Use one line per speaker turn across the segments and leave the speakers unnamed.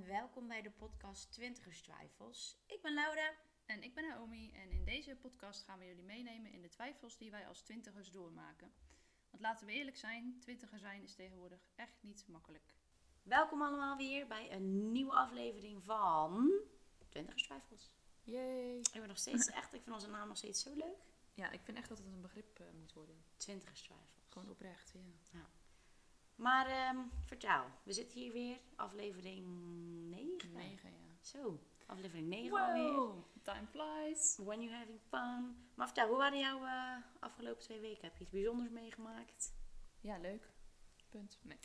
welkom bij de podcast Twintigerstwijfels. Ik ben Laura.
En ik ben Naomi en in deze podcast gaan we jullie meenemen in de twijfels die wij als twintigers doormaken. Want laten we eerlijk zijn, twintiger zijn is tegenwoordig echt niet makkelijk.
Welkom allemaal weer bij een nieuwe aflevering van Twintigerstwijfels.
Yay!
Ik ben nog steeds ik vind onze naam nog steeds zo leuk.
Ja, ik vind echt dat het een begrip moet worden.
Twintigerstwijfels.
Gewoon oprecht, ja.
Maar vertel, we zitten hier weer, aflevering 9.
9, ja.
Zo, aflevering 9 alweer.
Wow, time flies.
When you having fun. Maar vertel, hoe waren jouw afgelopen 2 weken? Heb je iets bijzonders meegemaakt?
Ja, leuk. Punt. Nee.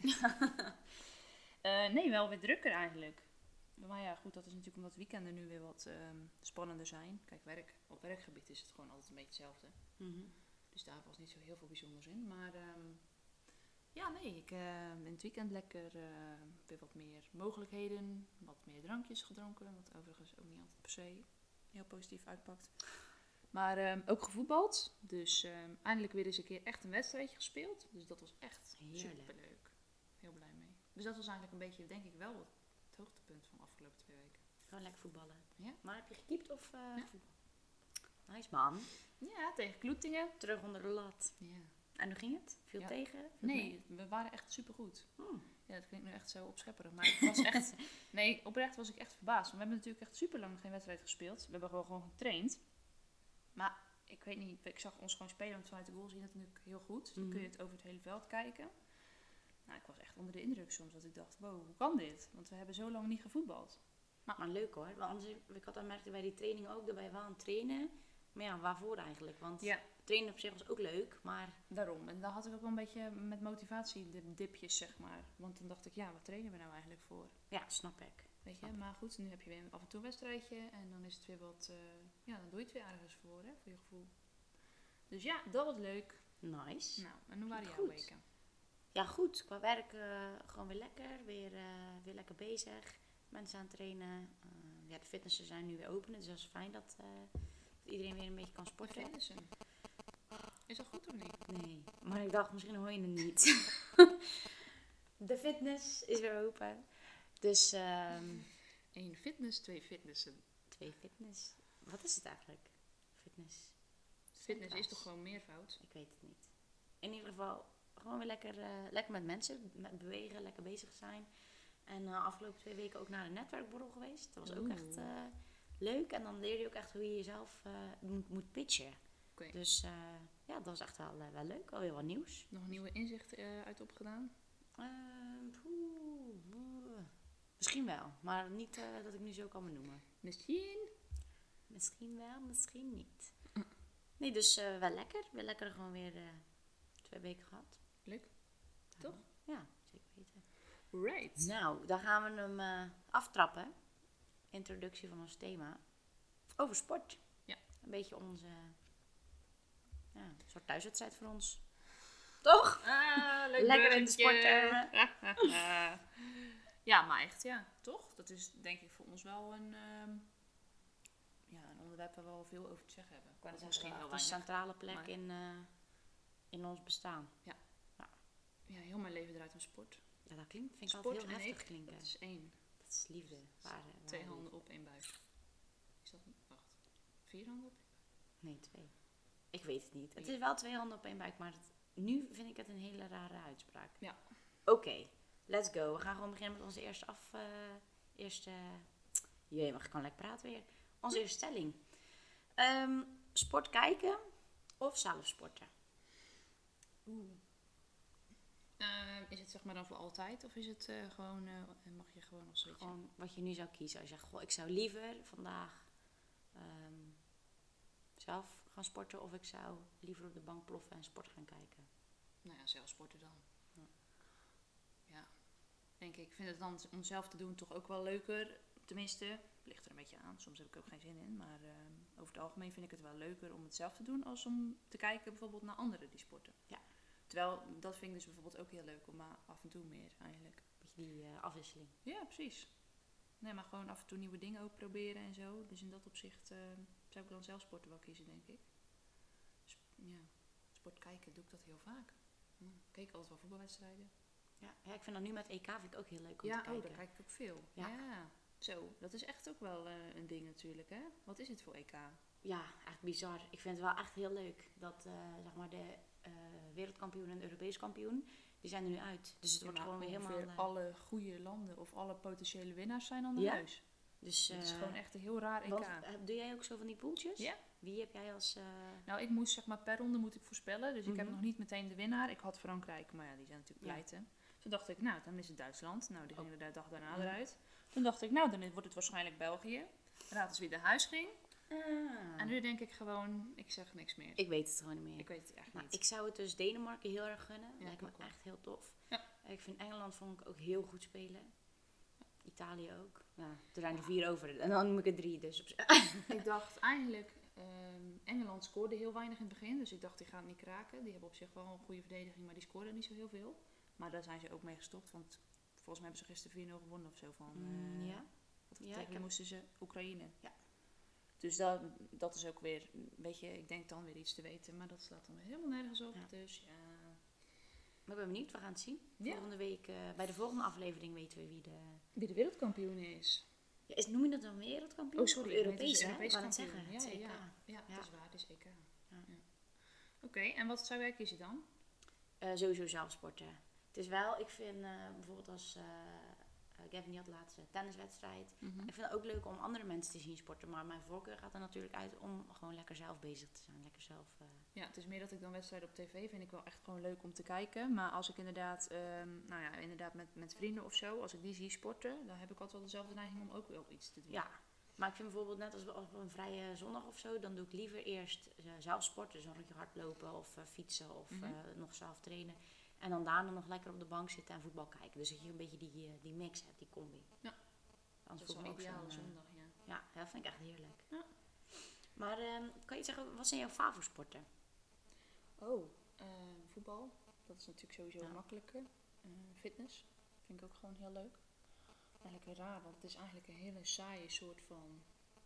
Nee, wel weer drukker eigenlijk. Maar ja, goed, dat is natuurlijk omdat weekenden nu weer wat spannender zijn. Kijk, op werkgebied is het gewoon altijd een beetje hetzelfde.
Mm-hmm.
Dus daar was niet zo heel veel bijzonders in. Maar ja, nee, ik in het weekend lekker weer wat meer mogelijkheden. Wat meer drankjes gedronken. Wat overigens ook niet altijd per se heel positief uitpakt. Maar ook gevoetbald. Dus eindelijk weer eens een keer echt een wedstrijdje gespeeld. Dus dat was echt superleuk. Heel blij mee. Dus dat was eigenlijk een beetje, denk ik wel, het hoogtepunt van de afgelopen 2 weken.
Gewoon lekker voetballen.
Ja.
Maar heb je gekiept of
Ja.
voetbal? Nice man.
Ja, tegen Kloetingen.
Terug onder de lat.
Ja.
En hoe ging het? Viel
Ja.
tegen? Viel
Nee, we waren echt supergoed.
mee?
Ja, dat klinkt nu echt zo opschepperig. Maar ik was echt... Nee, oprecht was ik echt verbaasd. Want we hebben natuurlijk echt super lang geen wedstrijd gespeeld. We hebben gewoon getraind. Maar ik weet niet, ik zag ons gewoon spelen. Want vanuit de goal zie je het natuurlijk heel goed. Dus dan kun je het over het hele veld kijken. Nou, ik was echt onder de indruk soms. Dat ik dacht, wow, hoe kan dit? Want we hebben zo lang niet gevoetbald.
Maar leuk hoor. Want anders, ik had merkte bij die training ook dat wij wel aan het trainen. Maar ja, waarvoor eigenlijk? Want
Ja.
trainen op zich was ook leuk, maar...
Daarom. En dan had ik ook wel een beetje met motivatiedipjes, zeg maar. Want dan dacht ik, ja, wat trainen we nou eigenlijk voor?
Ja, snap ik.
Weet je, maar goed, nu heb je weer af en toe een wedstrijdje. En dan is het weer wat, ja, dan doe je het weer ergens voor, hè, voor je gevoel. Dus ja, dat was leuk.
Nice.
Nou, en hoe waren jouw
Goed.
weken?
Ja, goed. Qua werk gewoon weer lekker. Weer lekker bezig. Mensen aan het trainen. Ja, de fitnessen zijn nu weer open. Dus dat is fijn dat iedereen weer een beetje kan sporten.
Fitnessen. Is dat goed of niet?
Nee, maar ik dacht misschien hoor je het niet. De fitness is weer open. Dus
1 fitness, 2 fitnessen.
2 fitness. Wat is het eigenlijk? Fitness.
Fitness is toch gewoon meervoud?
Ik weet het niet. In ieder geval gewoon weer lekker met mensen met bewegen, lekker bezig zijn. En afgelopen 2 weken ook naar een netwerkborrel geweest. Dat was ook echt leuk. En dan leer je ook echt hoe je jezelf moet pitchen.
Oké.
Dus ja, dat was echt wel leuk. Alweer wat nieuws.
Nog een nieuwe inzicht uit opgedaan?
Misschien wel, maar niet dat ik nu zo kan benoemen.
Misschien.
Misschien wel, misschien niet. Nee, dus wel lekker. Wel lekker gewoon weer 2 weken gehad.
Leuk. Toch?
Ja, zeker weten.
Right.
Nou, dan gaan we hem aftrappen. Introductie van ons thema. Over sport.
Ja.
Een beetje onze soort thuiswedstrijd voor ons. Toch?
Leuk
Lekker in de sporttermen.
Ja, maar echt, ja. Toch? Dat is denk ik voor ons wel een onderwerp waar we wel veel over te zeggen hebben.
Dat is
Misschien heel
een
weinig.
centrale plek
maar-
in ons bestaan.
Ja, heel mijn leven draait om sport.
Ja, dat vind ik
Sport
altijd heel
en
heftig
ik,
klinken.
dat is 1.
Dat is liefde. Ware
2
liefde.
handen op, 1 buik. Is dat niet? Wacht. 4 handen op?
Nee, 2. Ik weet het niet. Het is wel 2 handen op 1 buik, maar nu vind ik het een hele rare uitspraak.
Ja.
Oké, let's go. We gaan gewoon beginnen met onze Jee, mag ik gewoon lekker praten weer. Onze eerste stelling. Sport kijken of zelf sporten?
Is het zeg maar dan voor altijd? Of is het gewoon, mag je gewoon nog zoiets?
Gewoon wat je nu zou kiezen. Als je zegt, goh, ik zou liever vandaag zelf gaan sporten. Of ik zou liever op de bank ploffen en sport gaan kijken.
Nou ja, zelf sporten dan. Ja. Denk ik vind het dan om zelf te doen toch ook wel leuker. Tenminste, ligt er een beetje aan. Soms heb ik ook geen zin in. Maar over het algemeen vind ik het wel leuker om het zelf te doen. Als om te kijken bijvoorbeeld naar anderen die sporten.
Ja.
Terwijl, dat vind ik dus bijvoorbeeld ook heel leuk. Om maar af en toe meer eigenlijk.
Beetje die afwisseling.
Ja, precies. Nee, maar gewoon af en toe nieuwe dingen ook proberen en zo. Dus in dat opzicht zou ik dan zelf sporten wel kiezen, denk ik. Ja, sport kijken doe ik dat heel vaak. Ik keek altijd wel voetbalwedstrijden.
Ja, ik vind dat nu met EK vind ik ook heel leuk om
Ja,
te kijken.
daar kijk ik ook veel.
Ja.
Ja. Zo, dat is echt ook wel een ding natuurlijk, hè? Wat is het voor EK?
Ja, echt bizar. Ik vind het wel echt heel leuk dat zeg maar de wereldkampioen en de Europees kampioen, die zijn er nu uit. Dus het
Ja,
wordt
maar
gewoon weer
ongeveer
helemaal...
alle goede landen of alle potentiële winnaars zijn dan naar
Ja.
huis.
dus,
Het is gewoon echt een heel raar EK.
want, doe jij ook zo van die poeltjes?
Ja.
Wie heb jij als...
Nou, ik moest zeg maar per ronde moet ik voorspellen. Dus ik heb
Mhm.
nog niet meteen de winnaar. Ik had Frankrijk, maar ja, die zijn natuurlijk
Ja.
pleiten. Toen dacht ik, nou, dan is het Duitsland. Nou, die gingen de dag daarna
Ja.
eruit. Toen dacht ik, nou, dan wordt het waarschijnlijk België. Raad eens wie naar huis ging. En nu denk ik gewoon, ik zeg niks meer.
Ik weet het gewoon niet meer.
Ik weet het echt
Nou,
niet.
ik zou het dus Denemarken heel erg gunnen.
Ja,
Lijkt me
ik ook wel.
echt heel tof.
Ja.
Ik vind Engeland vond ik ook heel goed spelen. Italië ook. Ja, er zijn er 4 over. En dan noem ik er 3. Dus
Ik dacht eigenlijk, Engeland scoorde heel weinig in het begin. Dus ik dacht, die gaan het niet kraken. Die hebben op zich wel een goede verdediging, maar die scoorden niet zo heel veel. Maar daar zijn ze ook mee gestopt. Want volgens mij hebben ze gisteren 4-0 gewonnen of zo van...
ja.
Wat
Ja,
tegen
ik heb-
moesten ze? Oekraïne.
Ja.
Dus dat is ook weer, weet je, ik denk dan weer iets te weten. Maar dat slaat dan weer helemaal nergens op.
Ja.
Dus ja...
Maar ik ben benieuwd. We gaan het zien.
Ja.
Volgende week, bij de volgende aflevering weten we wie de...
Wie de wereldkampioen is.
Ja, noem je dat dan wereldkampioen?
Oh, sorry.
Of Europees,
nee, het is
hè?
Europees
Ik wou net
kampioen.
zeggen.
Ja,
Het is
ja,
EK.
ja. Ja,
Ja.
het is waar. Het is EK.
Ja.
Ja. Oké, en wat zou jij kiezen dan?
Sowieso zelf sporten. Het is wel, ik vind bijvoorbeeld als Gavin die had laatst een tenniswedstrijd. Ik vind het ook leuk om andere mensen te zien sporten. Maar mijn voorkeur gaat er natuurlijk uit om gewoon lekker zelf bezig te zijn. Lekker zelf...
Ja, het is meer dat ik dan wedstrijden op tv vind ik wel echt gewoon leuk om te kijken. Maar als ik inderdaad, inderdaad met vrienden of zo, als ik die zie sporten, dan heb ik altijd wel dezelfde neiging om ook wel iets te doen.
Ja, maar ik vind bijvoorbeeld net als op een vrije zondag of zo, dan doe ik liever eerst zelf sporten. Dus een rondje hardlopen of fietsen of nog zelf trainen. En dan daarna nog lekker op de bank zitten en voetbal kijken. Dus dat je een beetje die mix hebt, die combi.
Ja.
Anders
Dat is
voel
wel
ik me ook
ideaal
zo'n,
zondag, ja.
ja, dat vind ik echt heerlijk.
Ja.
Maar kan je zeggen, wat zijn jouw favo-sporten?
Oh, voetbal. Dat is natuurlijk sowieso
Ja.
makkelijker. Fitness vind ik ook gewoon heel leuk. Eigenlijk raar, want het is eigenlijk een hele saaie soort van...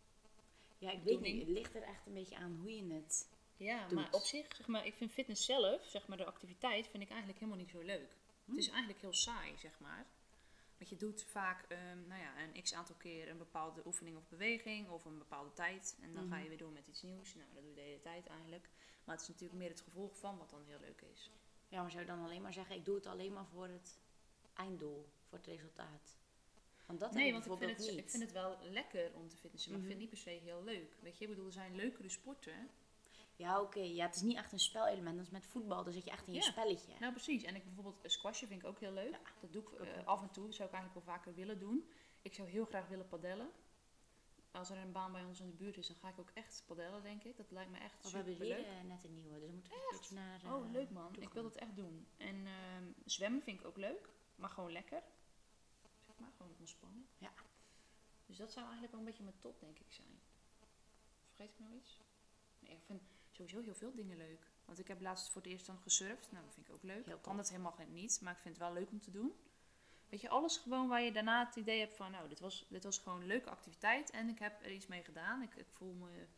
Ja, ik weet
Bedoeling.
niet. Het ligt er echt een beetje aan hoe je het...
Ja,
doet.
maar op zich, zeg maar, ik vind fitness zelf, zeg maar, de activiteit, vind ik eigenlijk helemaal niet zo leuk. Het is eigenlijk heel saai, zeg maar. Want je doet vaak een x-aantal keer een bepaalde oefening of beweging of een bepaalde tijd. En dan ga je weer door met iets nieuws. Nou, dat doe je de hele tijd eigenlijk. Maar het is natuurlijk meer het gevolg van wat dan heel leuk is.
Ja, maar zou je dan alleen maar zeggen, ik doe het alleen maar voor het einddoel, voor het resultaat? Want dat heb
Nee,
ik
want
bijvoorbeeld niet.
ik vind het wel lekker om te fitnessen, maar ik vind
Mhm.
het niet per se heel leuk. Weet je, ik bedoel, er zijn leukere sporten.
Ja, oké. Ja, het is niet echt een spelelement. Dat is met voetbal. Dan zit je echt in je
Ja.
spelletje.
Nou, precies. En ik bijvoorbeeld squashen vind ik ook heel leuk.
Ja,
Dat doe ik
ook leuk.
af en toe. Dat zou ik eigenlijk wel vaker willen doen. Ik zou heel graag willen padellen. Als er een baan bij ons in de buurt is, dan ga ik ook echt padellen, denk ik. Dat lijkt me echt
We hebben
super
hier
leuk.
net een nieuwe. Dus dan moeten we een keertje naar...
Oh, leuk man.
toe
Ik wil
gaan.
dat echt doen. En zwemmen vind ik ook leuk. Maar gewoon lekker. Zeg maar, gewoon ontspannen.
Ja.
Dus dat zou eigenlijk wel een beetje mijn top, denk ik, zijn. Vergeet ik nou iets? Nee, ik vind sowieso heel veel dingen leuk. Want ik heb laatst voor het eerst dan gesurfd. Nou, dat vind ik ook leuk.
Heel
Ik kan
tof.
dat helemaal niet, maar ik vind het wel leuk om te doen. Weet je, alles gewoon waar je daarna het idee hebt van... Nou, dit was gewoon een leuke activiteit en ik heb er iets mee gedaan. Ik voel me...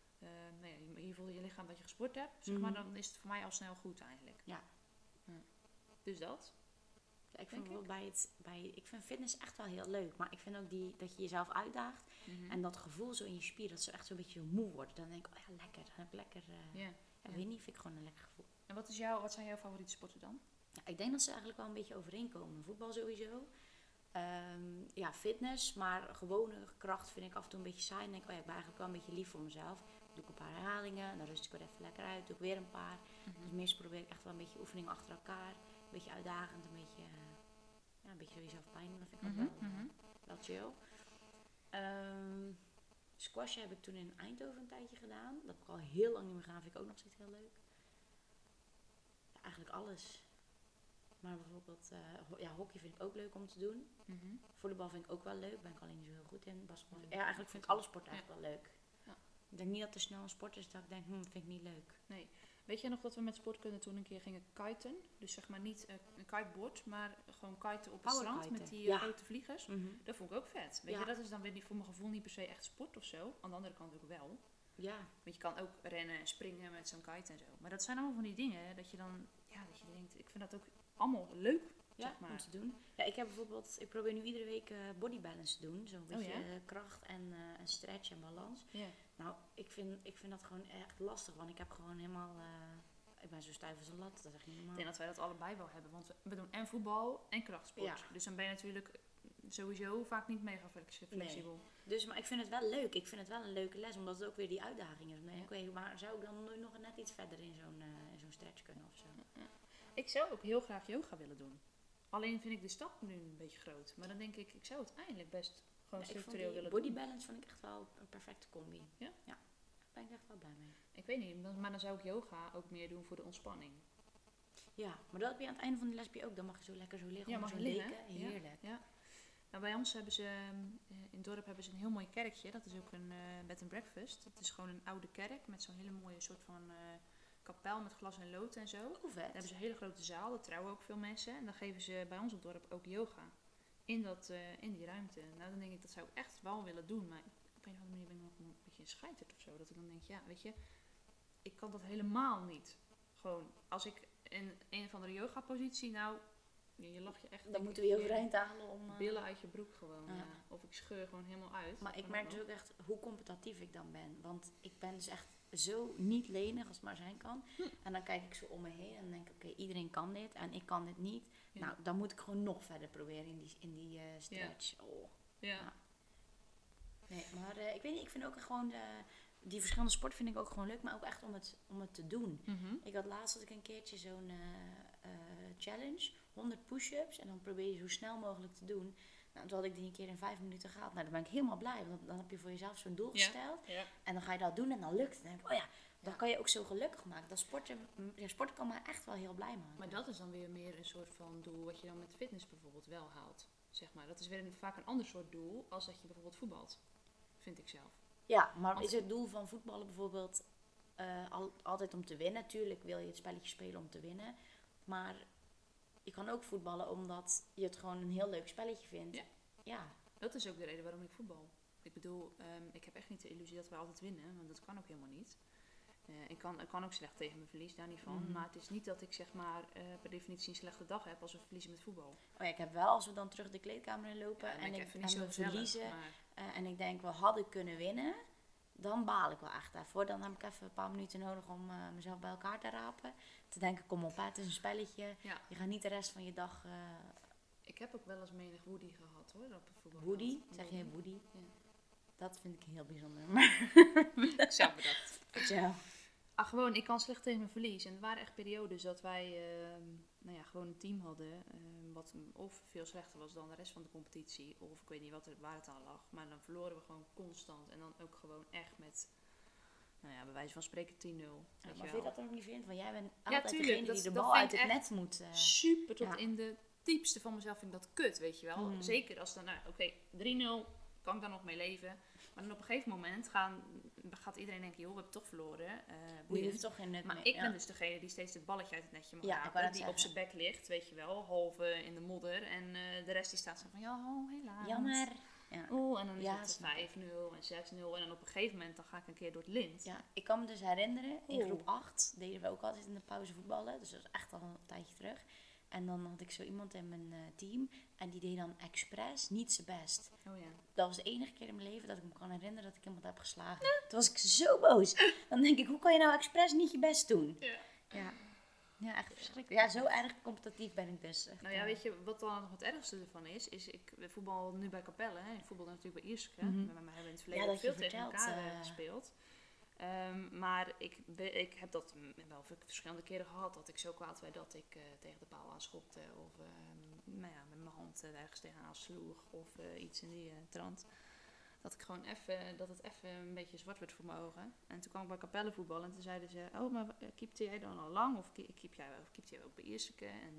je voelt je lichaam dat je gesport hebt. Zeg maar,
Mhm.
dan is het voor mij al snel goed eigenlijk.
Ja.
Dus dat.
Ja, ik vind
Denk
bijvoorbeeld ik vind fitness echt wel heel leuk. Maar ik vind ook dat je jezelf uitdaagt. En dat gevoel zo in je spier, dat ze echt zo'n beetje moe wordt. Dan denk ik, oh ja, lekker. Dan heb ik lekker...
Ja.
ja, weet niet, vind ik gewoon een lekker gevoel.
En wat zijn jouw favoriete sporten dan?
Ja, ik denk dat ze eigenlijk wel een beetje overeenkomen. Voetbal sowieso. Ja, fitness, maar gewone kracht vind ik af en toe een beetje saai. En denk ik, oh ja, ik ben eigenlijk wel een beetje lief voor mezelf. Doe ik een paar herhalingen, dan rust ik weer even lekker uit. Doe ik weer een paar. Dus meestal probeer ik echt wel een beetje oefeningen achter elkaar. Een beetje uitdagend, een beetje zo jezelf pijn doen. Dat vind ik ook wel chill. Squash heb ik toen in Eindhoven een tijdje gedaan. Dat heb ik al heel lang niet meer gedaan. Vind ik ook nog steeds heel leuk. Ja, eigenlijk alles. Maar bijvoorbeeld, hockey vind ik ook leuk om te doen. Volleybal vind ik ook wel leuk. Ben ik alleen niet zo heel goed in. Basketbal. Ja, eigenlijk vind ik alle sporten eigenlijk wel leuk.
Ja.
Ik denk niet dat er snel een sport is dat ik denk, vind ik niet leuk.
Nee. Weet jij nog dat we met sportkunde toen een keer gingen kiten? Dus zeg maar niet een kiteboard, maar gewoon kiten op het strand
Powerkiten.
met die
Ja.
grote vliegers. Dat vond ik ook vet. Weet
Ja.
je, dat is dan weer niet voor mijn gevoel niet per se echt sport of zo. Aan de andere kant ook wel.
Ja,
Want je kan ook rennen en springen met zo'n kite en zo. Maar dat zijn allemaal van die dingen hè, dat je dan, ja, dat je denkt, ik vind dat ook allemaal leuk.
Ja,
zeg maar.
om te doen. Ja, ik probeer nu iedere week body balance te doen. Zo'n beetje kracht en stretch en balans.
Ja.
Nou, ik vind dat gewoon echt lastig. Want ik heb gewoon helemaal... ik ben zo stijf als een lat. Dat is echt niet
Ik
normaal.
denk dat wij dat allebei wel hebben. Want we doen en voetbal en krachtsport.
Ja.
Dus dan ben je natuurlijk sowieso vaak niet mega flexibel.
Dus, maar ik vind het wel leuk. Ik vind het wel een leuke les. Omdat het ook weer die uitdaging is. Dan denk ik, oké, maar zou ik dan nu nog net iets verder in zo'n stretch kunnen of zo?
Ik zou ook heel graag yoga willen doen. Alleen vind ik de stap nu een beetje groot. Maar dan denk ik zou het eindelijk best gewoon structureel willen
body
doen.
balance vond ik echt wel een perfecte combi.
Ja?
Ja, daar ben ik echt wel blij mee.
Ik weet niet, maar dan zou ik yoga ook meer doen voor de ontspanning.
Ja, maar dat heb je aan het einde van de les ook. Dan mag je zo lekker zo liggen.
Ja,
onder
mag
zo'n
je liggen.
deken. Heerlijk.
Ja. Nou, bij ons hebben ze, in het dorp hebben ze een heel mooi kerkje. Dat is ook een bed and breakfast. Het is gewoon een oude kerk met zo'n hele mooie soort van kapel met glas en lood en zo.
Hoe vet.
Daar hebben ze een hele grote zaal, daar trouwen ook veel mensen. En dan geven ze bij ons op het dorp ook yoga. In die ruimte. Nou, dan denk ik, dat zou ik echt wel willen doen. Maar op een of andere manier ben ik nog een beetje een scheiterd of zo. Dat ik dan denk, ja, weet je, ik kan dat helemaal niet. Gewoon, als ik in een of andere yoga positie, nou, je lacht je echt.
Dan moeten we je overeind halen om...
billen uit je broek gewoon.
Ja.
Ja. Of ik scheur gewoon helemaal uit.
Maar ik merk dus ook echt hoe competitief ik dan ben. Want ik ben dus echt zo niet lenig als het maar zijn kan. En dan kijk ik zo om me heen en denk ik, oké, iedereen kan dit en ik kan dit niet.
Ja.
Nou, dan moet ik gewoon nog verder proberen in die stretch. Ja. Oh.
Ja.
Nee, maar ik weet niet, ik vind ook gewoon die verschillende sporten vind ik ook gewoon leuk, maar ook echt om het te doen.
Mm-hmm.
Ik had laatst een keertje zo'n challenge, 100 push-ups en dan probeer je zo snel mogelijk te doen. Nou, toen had ik die een keer in 5 minuten gehaald. Nou, dan ben ik helemaal blij, want dan heb je voor jezelf zo'n doel gesteld.
Ja.
En dan ga je dat doen en dan lukt het. Dan denk ik, oh ja, dan kan je ook zo gelukkig maken. Dat sporten kan me echt wel heel blij maken.
Maar dat is dan weer meer een soort van doel wat je dan met fitness bijvoorbeeld wel haalt. Zeg maar. Dat is weer vaak een ander soort doel als dat je bijvoorbeeld voetbalt. Vind ik zelf.
Ja, maar is het doel van voetballen bijvoorbeeld altijd om te winnen? Tuurlijk wil je het spelletje spelen om te winnen. Maar je kan ook voetballen omdat je het gewoon een heel leuk spelletje vindt. Ja.
Dat is ook de reden waarom ik voetbal. Ik bedoel, ik heb echt niet de illusie dat we altijd winnen. Want dat kan ook helemaal niet. Ik kan ook slecht tegen mijn verlies, daar niet van.
Mhm.
Maar het is niet dat ik zeg maar per definitie een slechte dag heb als we verliezen met voetbal.
Oh ja, ik heb wel als we dan terug de kleedkamer in lopen en we verliezen.
Maar...
En ik denk, we hadden kunnen winnen. Dan baal ik wel echt daarvoor. Dan heb ik even een paar minuten nodig om mezelf bij elkaar te rapen. Te denken, kom op, het is een spelletje.
Ja.
Je gaat niet de rest van je dag...
Ik heb ook wel eens menig woody gehad hoor. Op het voetbalveld.
Woody? Zeg je woody?
Ja.
Dat vind ik heel bijzonder. Maar
Ik zelf bedacht.
vertel.
Gewoon, ik kan slecht tegen mijn verlies. En er waren echt periodes dat wij gewoon een team hadden. Wat of veel slechter was dan de rest van de competitie. Of ik weet niet waar het aan lag. Maar dan verloren we gewoon constant. En dan ook gewoon echt met, bij wijze van spreken 10-0.
Maar vind je dat dan ook niet vreemd? Want jij bent
Ja,
altijd
tuurlijk,
degene die de bal uit het net moet...
super tot
ja.
in de diepste van mezelf vind ik dat kut, weet je wel.
Mhm.
Zeker als dan, 3-0 kan ik daar nog mee leven. Maar dan op een gegeven moment gaat iedereen denken, joh, we hebben toch verloren.
Je
Boeiend.
heeft toch geen nut
Maar
meer.
ik ben dus degene die steeds het balletje uit het netje mag
Ja, ik wou
rapen.
net
Die
zeggen.
op zijn bek ligt, weet je wel. Halve in de modder. En de rest die staat zo van, ja, helaas.
Jammer. Ja.
Oh, en dan is
Ja,
het
snap
5-0 en 6-0. En dan op een gegeven moment dan ga ik een keer door het lint.
Ja, ik kan me dus herinneren, in
Oeh.
groep 8 deden we ook altijd in de pauze voetballen. Dus dat is echt al een tijdje terug. En dan had ik zo iemand in mijn team en die deed dan expres niet zijn best.
Oh ja.
Dat was de enige keer in mijn leven dat ik me kan herinneren dat ik iemand heb geslagen. Toen was ik zo boos. Dan denk ik, hoe kan je nou expres niet je best doen?
Ja.
Ja, echt verschrikkelijk. Ja, zo erg competitief ben ik dus. Echt,
Nou ja, weet je, wat dan nog het ergste ervan is ik voetbal nu bij Capelle. Hè. Ik voetbal natuurlijk bij Ierseke.
Mhm.
We hebben in het verleden
Ja,
ook
dat je
veel tegen
vertelt,
elkaar gespeeld. Maar ik heb dat wel verschillende keren gehad. Dat ik zo kwaad werd dat ik tegen de paal aanschopte. Of met mijn hand ergens tegenaan sloeg. Of iets in die trant. Dat ik gewoon dat het even een beetje zwart werd voor mijn ogen. En toen kwam ik bij Capelle voetballen. En toen zeiden ze, oh, maar keepte jij dan al lang? Of keepte jij ook bij Ierseke? En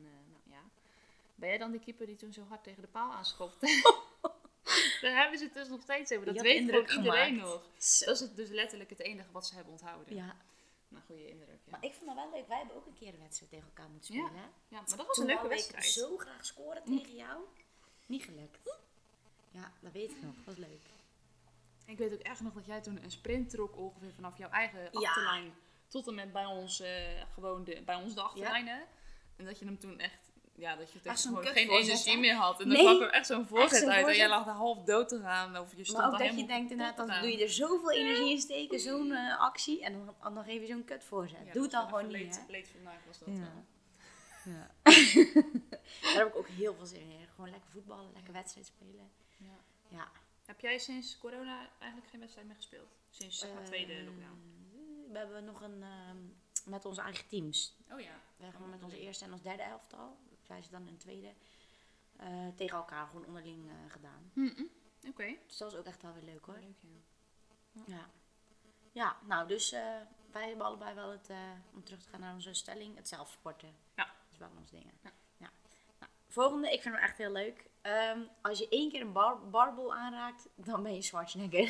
ben jij dan die keeper die toen zo hard tegen de paal aanschopte? Daar hebben ze het dus nog steeds over. Dat
Je had
weet
indruk
gewoon iedereen
gemaakt.
nog.
Zo.
Dat is dus letterlijk het enige wat ze hebben onthouden.
Ja,
Nou, goede indruk, ja.
maar ik vond dat wel leuk. Wij hebben ook een keer een wedstrijd tegen elkaar moeten spelen. Hè?
Ja, maar dat was
Toen
een leuke
wou ik
wedstrijd.
zo graag scoren tegen jou. Niet gelukt. Ja, dat weet ik nog. Dat was leuk.
Ik weet ook echt nog dat jij toen een sprint trok ongeveer vanaf jouw eigen
Ja.
achterlijn tot en met bij ons, bij ons de achterlijn. Hè? En dat je hem toen echt Ja, dat je
Echt
echt
zo'n
gewoon geen
kutvoorzet,
energie
hè?
meer had. En dan
Nee,
kwam er echt zo'n voorzet
zo'n
uit. En
voorzet.
jij lag er half dood te gaan. Of je stond
Maar ook
er
dat je
helemaal
denkt inderdaad,
kapot
dan
te
doe je
gaan.
er zoveel energie in steken, zo'n actie. En dan geef je zo'n kut voorzet.
Ja,
Doe
dat
het
was
dan
wel
gewoon
even
niet, hè?
leed vandaag was dat
Ja.
wel.
Ja. Daar heb ik ook heel veel zin in. Gewoon lekker voetballen, lekker wedstrijd spelen.
Ja.
Ja.
Heb jij sinds corona eigenlijk geen wedstrijd meer gespeeld? Sinds zeg maar tweede lockdown?
We hebben nog met onze eigen teams.
Oh ja.
We hebben gewoon met onze eerste en ons derde elftal. Zij ze dan in het tweede. Tegen elkaar gewoon onderling gedaan.
Oké.
Dus dat was ook echt wel weer leuk hoor.
Leuk, ja.
Ja. Ja, nou dus wij hebben allebei wel het, om terug te gaan naar onze stelling, het zelfsporten.
Ja.
Dat is wel ons dingen.
Ja.
Ja. Nou, volgende, ik vind hem echt heel leuk. Als je 1 keer een barbel aanraakt, dan ben je Schwarzenegger.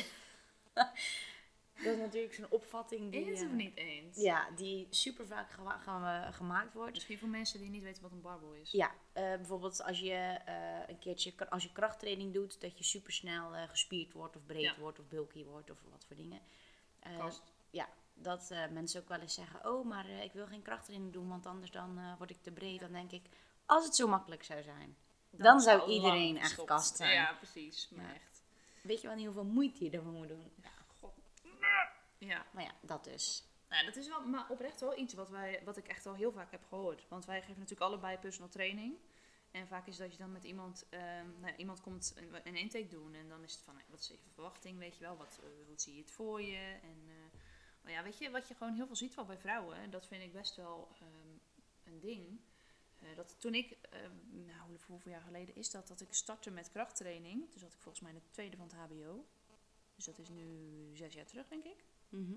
Dat is natuurlijk zo'n opvatting die...
Eens of niet eens?
Ja, die super vaak gemaakt wordt.
Misschien voor mensen die niet weten wat een barbel is.
Ja, bijvoorbeeld als je een keertje als je krachttraining doet, dat je super snel gespierd wordt of breed wordt of bulky wordt of wat voor dingen.
Kast.
Ja, dat mensen ook wel eens zeggen, oh, maar ik wil geen krachttraining doen, want anders dan word ik te breed. Dan denk ik, als het zo makkelijk zou zijn, dan zou
al
iedereen
lang
echt
gestopt.
kast zijn.
Ja, precies. Maar
Ja.
echt.
Weet je wel niet hoeveel moeite je ervoor moet doen?
Ja, god. Ja.
Maar ja, dat dus.
Nou, dat is wel, maar oprecht wel iets wat ik echt al heel vaak heb gehoord. Want wij geven natuurlijk allebei personal training. En vaak is dat je dan met iemand, iemand komt een intake doen. En dan is het van, wat is even verwachting, weet je wel. Hoe zie je het voor je? En maar ja, weet je, wat je gewoon heel veel ziet wel bij vrouwen. En dat vind ik best wel een ding. Dat toen ik, hoeveel jaar geleden is dat ik startte met krachttraining. Toen zat ik volgens mij in het tweede van het hbo. Dus dat is nu 6 jaar terug, denk ik.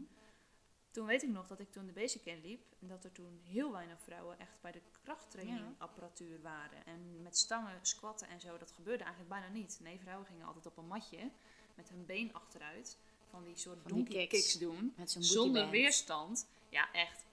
Toen weet ik nog dat ik toen de basic inliep. En dat er toen heel weinig vrouwen echt bij de krachttrainingapparatuur waren. En met stangen, squatten en zo, dat gebeurde eigenlijk bijna niet. Nee, vrouwen gingen altijd op een matje met hun been achteruit. Van die soort
Van die
donkey
kicks.
kicks doen.
Met zo'n
Zonder
bootyband.
weerstand. Ja, echt.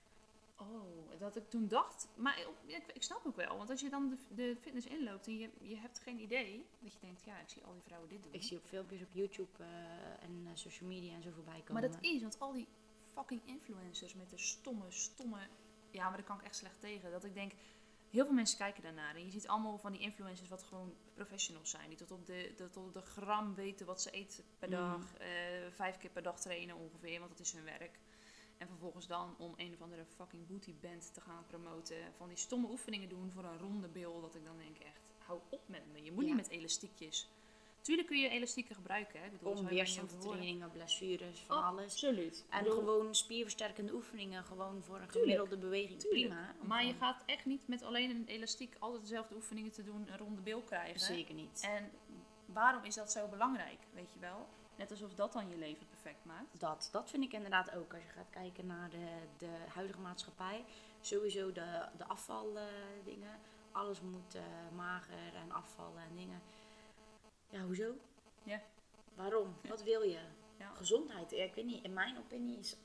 Oh, dat ik toen dacht. Maar ik snap ook wel. Want als je dan de fitness inloopt en je hebt geen idee. Dat je denkt, ja, ik zie al die vrouwen dit doen.
Ik zie op filmpjes op YouTube en social media en zo voorbij komen.
Maar dat is, want al die fucking influencers met de stomme... Ja, maar daar kan ik echt slecht tegen. Dat ik denk, heel veel mensen kijken daarnaar. En je ziet allemaal van die influencers wat gewoon professionals zijn. Die tot op de gram weten wat ze eten per dag. 5 keer per dag trainen ongeveer, want dat is hun werk. En vervolgens dan om een of andere fucking bootyband te gaan promoten. Van die stomme oefeningen doen voor een ronde bil. Dat ik dan denk echt, hou op met me. Je moet niet met elastiekjes. Tuurlijk kun je elastieken gebruiken. Hè? Ik bedoel,
Om weerstandstrainingen, blessures, van alles.
Absoluut.
En gewoon spierversterkende oefeningen, gewoon voor een gemiddelde beweging. Prima.
Maar je gaat echt niet met alleen een elastiek altijd dezelfde oefeningen te doen, een ronde bil krijgen.
Zeker niet.
En waarom is dat zo belangrijk, weet je wel? Net alsof dat dan je leven perfect maakt.
Dat vind ik inderdaad ook. Als je gaat kijken naar de huidige maatschappij. Sowieso de afvaldingen. Alles moet mager en afvallen en dingen. Ja, hoezo?
Ja.
Waarom? Wat wil je?
Ja.
Gezondheid. Ja, ik weet niet. In mijn opinie is...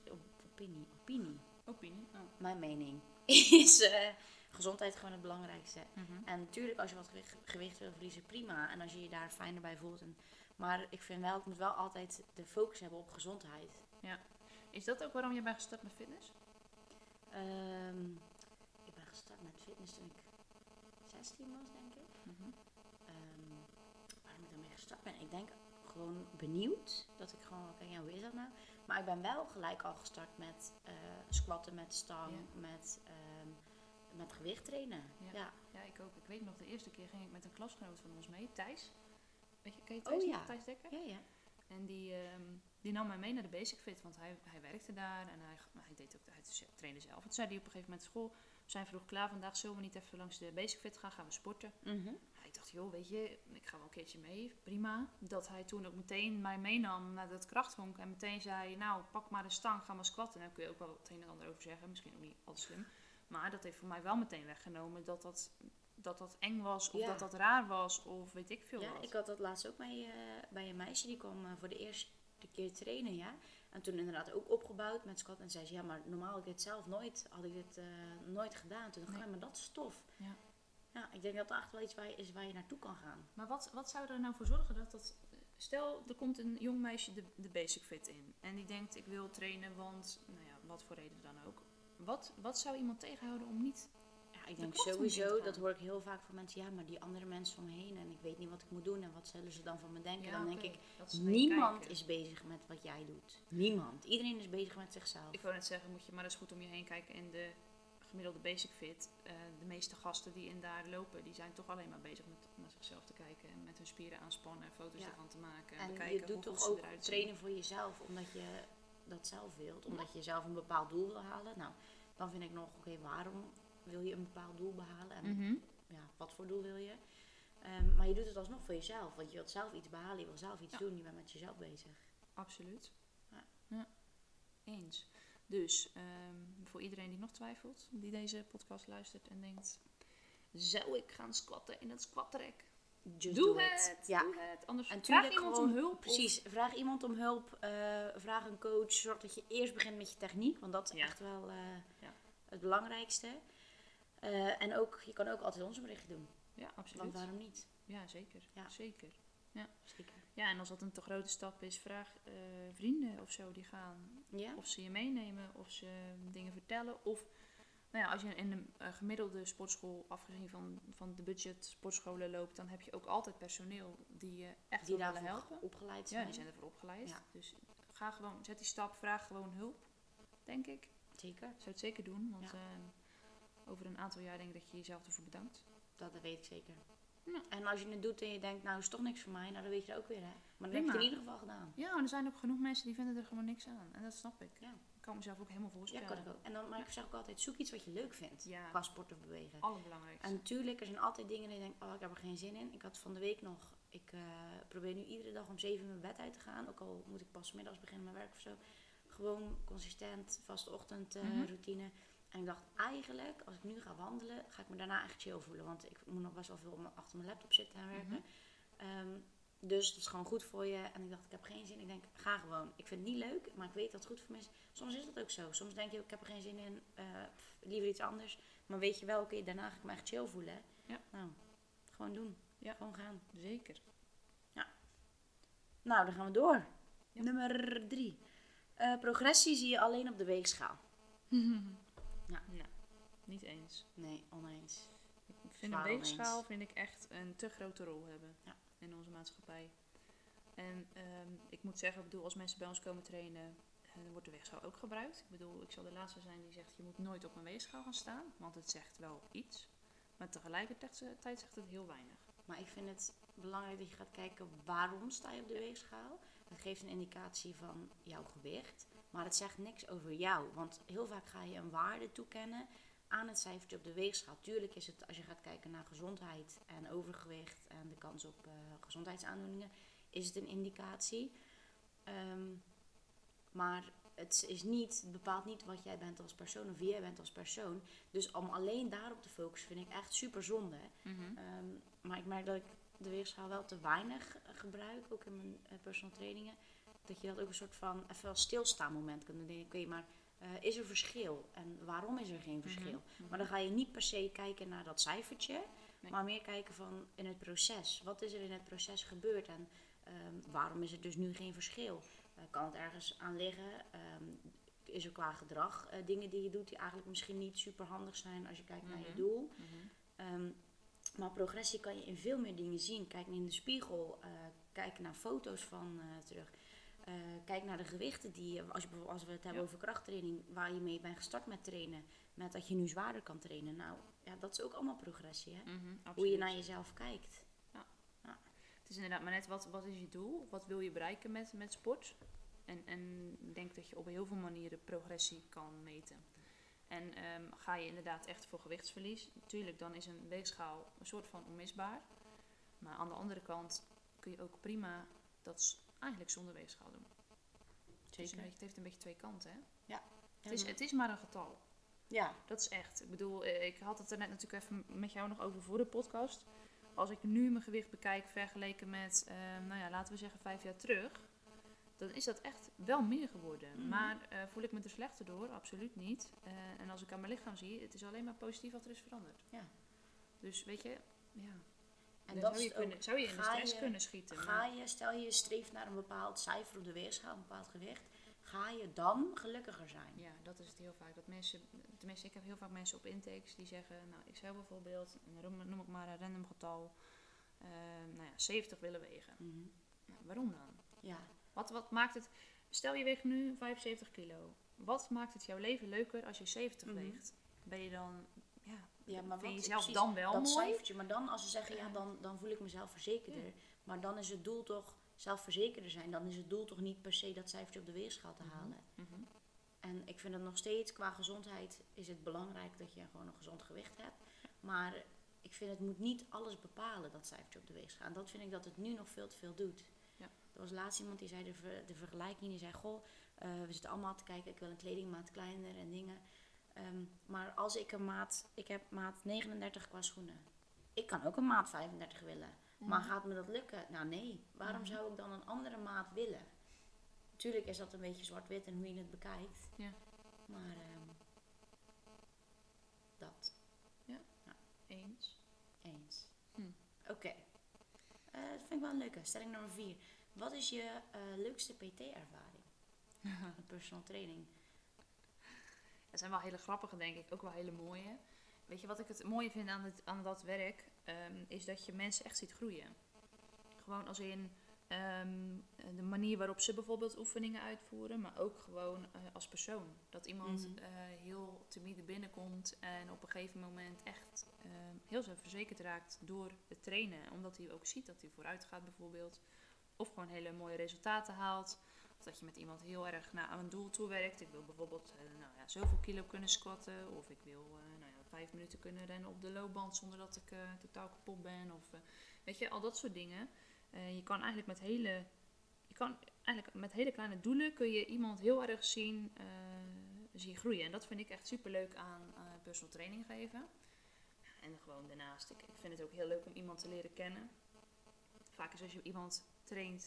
Opinie. Oh.
Mijn mening is gezondheid gewoon het belangrijkste. En natuurlijk als je wat gewicht wil verliezen, prima. En als je je daar fijner bij voelt. Maar ik vind wel, ik moet wel altijd de focus hebben op gezondheid.
Ja. Is dat ook waarom je bent gestart met fitness?
Ik ben gestart met fitness toen ik 16 was, denk ik. Waarom ik daarmee gestart ben? Ik denk gewoon benieuwd. Dat ik gewoon, oké, ja, hoe is dat nou? Maar ik ben wel gelijk al gestart met squatten, met stang, met gewicht trainen.
Ja, ik ook. Ik weet nog, de eerste keer ging ik met een klasgenoot van ons mee, Thijs. Weet je, ken je
Oh,
Thijs?
ja.
Thijs Dekker?
Ja.
En die nam mij mee naar de Basic Fit, want hij werkte daar en hij trainde zelf. Toen zei hij op een gegeven moment school, we zijn vroeg klaar vandaag, zullen we niet even langs de Basic Fit gaan we sporten? Ik dacht, joh, weet je, ik ga wel een keertje mee, prima. Dat hij toen ook meteen mij meenam naar dat krachthonk en meteen zei, nou, pak maar de stang, ga maar squatten. Daar kun je ook wel het een en ander over zeggen, misschien ook niet al te slim. Maar dat heeft voor mij wel meteen weggenomen dat eng was, of dat raar was, of weet ik veel wat.
Ik had dat laatst ook bij een meisje, die kwam voor de eerste keer trainen, ja. En toen inderdaad ook opgebouwd met squat. En zei ze, ja, maar normaal had ik dit zelf nooit gedaan. Toen dacht ik, maar dat is tof.
Ja.
Ja, ik denk dat dat echt wel iets is waar je naartoe kan gaan.
Maar wat zou er nou voor zorgen dat... Stel, er komt een jong meisje de Basic Fit in. En die denkt, ik wil trainen, want, nou ja, wat voor reden dan ook. Wat zou iemand tegenhouden om niet
Ja, ik denk
kost om
sowieso,
in te
dat
gaan.
hoor ik heel vaak van mensen. Ja, maar die andere mensen om me heen en ik weet niet wat ik moet doen en wat zullen ze dan van me denken. Dan denk ik,
dat is naar je
niemand
kijken.
is bezig met wat jij doet. Niemand. Iedereen is bezig met zichzelf.
Ik wou net zeggen, moet je maar eens goed om je heen kijken in de gemiddelde basic fit. De meeste gasten die in daar lopen, die zijn toch alleen maar bezig met naar zichzelf te kijken. En met hun spieren aanspannen, foto's
Ja.
ervan te maken.
En
bekijken
je doet
hoe goed
toch
ze
ook
eruit
trainen voor jezelf, omdat je dat zelf wilt. Omdat je zelf een bepaald doel wil halen. Nou, dan vind ik nog, oké, waarom wil je een bepaald doel behalen? En
zien.
ja, wat voor doel wil je? Maar je doet het alsnog voor jezelf. Want je wilt zelf iets behalen, je wil zelf iets doen. Je bent met jezelf bezig.
Absoluut.
Ja.
Ja. Eens. Dus, voor iedereen die nog twijfelt, die deze podcast luistert en denkt... Zou ik gaan squatten in het squatrack?
Just
Doe
do
het!
it. Ja.
Doe het! Anders
En
vraag
tuurlijk
iemand
gewoon-
om hulp.
Precies, vraag iemand om hulp. Vraag een coach. Zorg dat je eerst begint met je techniek. Want dat is
Ja.
echt wel
Ja.
het belangrijkste. En ook, je kan ook altijd ons een berichtje doen.
Ja,
Want
absoluut.
waarom niet?
Ja, zeker.
Ja.
Zeker.
Zeker.
Ja, en als dat een te grote stap is, vraag vrienden of zo die gaan.
Ja?
Of ze je meenemen, of ze dingen vertellen. Of, nou ja, als je in een gemiddelde sportschool, afgezien van de budget sportscholen loopt, dan heb je ook altijd personeel die je echt
Die
wil willen
daarvoor
helpen.
opgeleid
Ja,
zijn.
die zijn ervoor opgeleid.
Ja.
Dus ga gewoon, zet die stap, vraag gewoon hulp, denk ik.
Zeker.
Ik zou het zeker doen, want
Ja.
over een aantal jaar denk ik dat je jezelf ervoor bedankt.
Dat weet ik zeker.
Ja.
En als je het doet en je denkt, nou is toch niks voor mij. Nou, dan weet je dat ook weer, hè. Maar dan heb je
Prima.
het in ieder geval gedaan.
Ja, en er zijn ook genoeg mensen die vinden er gewoon niks aan. En dat snap ik.
Ja.
Ik kan mezelf ook helemaal
Ja,
voorstellen.
kan ik ook. En dan, maar ik zeg ook altijd, zoek iets wat je leuk vindt.
Ja.
Qua sport of bewegen.
Allerbelangrijkste.
En natuurlijk, er zijn altijd dingen die je denkt, oh, ik heb er geen zin in. Ik had van de week nog, ik probeer nu iedere dag om 7 uur mijn bed uit te gaan. Ook al moet ik pas 's middags beginnen met werk of zo. Gewoon consistent, vaste ochtendroutine. En ik dacht, eigenlijk, als ik nu ga wandelen, ga ik me daarna echt chill voelen. Want ik moet nog best wel veel achter mijn laptop zitten en werken. Dus dat is gewoon goed voor je. En ik dacht, ik heb geen zin. Ik denk, ga gewoon. Ik vind het niet leuk, maar ik weet dat het goed voor me is. Soms is dat ook zo. Soms denk je, ik heb er geen zin in. Liever iets anders. Maar weet je wel, oké, daarna ga ik me echt chill voelen.
Ja.
Nou, gewoon doen.
Ja.
Gewoon gaan.
Zeker.
Nou, dan gaan we door.
Ja.
Nummer 3. Progressie zie je alleen op de weegschaal.
Nou, niet eens.
Nee, oneens.
Ik vind
Zwaar
een weegschaal
oneens.
vind ik echt een te grote rol hebben
Ja.
in onze maatschappij. En ik moet zeggen, ik bedoel, als mensen bij ons komen trainen, dan wordt de weegschaal ook gebruikt. Ik bedoel, ik zal de laatste zijn die zegt, je moet nooit op een weegschaal gaan staan, want het zegt wel iets. Maar tegelijkertijd zegt het heel weinig.
Maar ik vind het belangrijk dat je gaat kijken waarom sta je op de weegschaal. Het geeft een indicatie van jouw gewicht. Maar het zegt niks over jou. Want heel vaak ga je een waarde toekennen aan het cijfertje op de weegschaal. Tuurlijk is het, als je gaat kijken naar gezondheid en overgewicht en de kans op gezondheidsaandoeningen, is het een indicatie. Maar het is niet, het bepaalt niet wat jij bent als persoon of wie jij bent als persoon. Dus om alleen daarop te focussen vind ik echt super zonde. Maar ik merk dat ik de weegschaal wel te weinig gebruik, ook in mijn personal trainingen. Dat je dat ook een soort van even als stilstaan moment kunt doen. Oké, maar is er verschil? En waarom is er geen verschil? Maar dan ga je niet per se kijken naar dat cijfertje,
Nee.
maar meer kijken van in het proces. Wat is er in het proces gebeurd en waarom is er dus nu geen verschil? Kan het ergens aan liggen? Is er qua gedrag dingen die je doet die eigenlijk misschien niet super handig zijn als je kijkt naar je doel? Maar progressie kan je in veel meer dingen zien. Kijk in de spiegel, kijk naar foto's van terug. Kijk naar de gewichten die je, als we het hebben over krachttraining, waar je mee bent gestart met trainen, met dat je nu zwaarder kan trainen. Nou, ja, dat is ook allemaal progressie, hè? Hoe je
Absoluut.
naar jezelf kijkt.
Het is inderdaad maar net, wat is je doel? Wat wil je bereiken met sport? En ik denk dat je op heel veel manieren progressie kan meten. En ga je inderdaad echt voor gewichtsverlies? Natuurlijk, dan is een weegschaal een soort van onmisbaar. Maar aan de andere kant kun je ook prima dat eigenlijk zonder weegschaal doen. Het heeft een beetje twee kanten, hè?
Ja.
Het is maar een getal.
Ja.
Dat is echt. Ik bedoel, ik had het er net natuurlijk even met jou nog over voor de podcast. Als ik nu mijn gewicht bekijk vergeleken met, laten we zeggen 5 jaar terug, dan is dat echt wel meer geworden. Maar voel ik me er slechter door? Absoluut niet. En als ik aan mijn lichaam zie, het is alleen maar positief wat er is veranderd.
Ja.
Dus weet je, ja.
En
Dan
dat
zou je in de
ga
stress
je-
kunnen schieten.
Stel je streeft naar een bepaald cijfer op de weegschaal, een bepaald gewicht. ga je dan gelukkiger zijn.
Ja, dat is het heel vaak. Dat mensen, tenminste, ik heb heel vaak mensen op intakes die zeggen, nou, ik zou bijvoorbeeld, en dan noem ik maar een random getal, 70 willen wegen.
Mhm.
Nou, waarom dan?
Ja.
Wat maakt het, stel je weegt nu 75 kilo. Wat maakt het jouw leven leuker als je 70
Mhm.
weegt? Ben je dan,
Ja, maar
vind je
wat-
jezelf
precies,
dan wel
dat
mooi?
cijfertje. Maar dan als ze zeggen, ja, dan voel ik mezelf verzekerder.
Ja.
Maar dan is het doel toch zelfverzekerder zijn. Dan is het doel toch niet per se dat cijfertje op de weegschaal te halen.
Mhm.
En ik vind het nog steeds, qua gezondheid is het belangrijk dat je gewoon een gezond gewicht hebt. Maar ik vind het moet niet alles bepalen, dat cijfertje op de weegschaal. En dat vind ik dat het nu nog veel te veel doet.
Ja.
Er was laatst iemand die zei de vergelijking, die zei, goh, we zitten allemaal te kijken, ik wil een kledingmaat kleiner en dingen. Maar als ik ik heb maat 39 qua schoenen. Ik kan ook een maat 35 willen. Maar gaat me dat lukken? Nou nee. Waarom zou ik dan een andere maat willen? Natuurlijk is dat een beetje zwart-wit en hoe je het bekijkt.
Ja.
Maar dat.
Eens.
Eens.
Hm.
Oké. Dat vind ik wel een leuke. Stelling nummer 4. Wat is je leukste PT-ervaring? Met personal training.
Het zijn wel hele grappige, denk ik. Ook wel hele mooie. Weet je wat ik het mooie vind aan dat werk? Is dat je mensen echt ziet groeien. Gewoon als in de manier waarop ze bijvoorbeeld oefeningen uitvoeren. Maar ook gewoon als persoon. Dat iemand heel timide binnenkomt. En op een gegeven moment echt heel zelfverzekerd raakt door het trainen. Omdat hij ook ziet dat hij vooruit gaat bijvoorbeeld. Of gewoon hele mooie resultaten haalt. Of dat je met iemand heel erg aan een doel toe werkt. Ik wil bijvoorbeeld zoveel kilo kunnen squatten. Of ik wil 5 minuten kunnen rennen op de loopband zonder dat ik totaal kapot ben. Of weet je, al dat soort dingen. Je kan eigenlijk met hele kleine doelen kun je iemand heel erg zien groeien. En dat vind ik echt super leuk aan personal training geven. En gewoon daarnaast, ik vind het ook heel leuk om iemand te leren kennen. Vaak is als je iemand traint,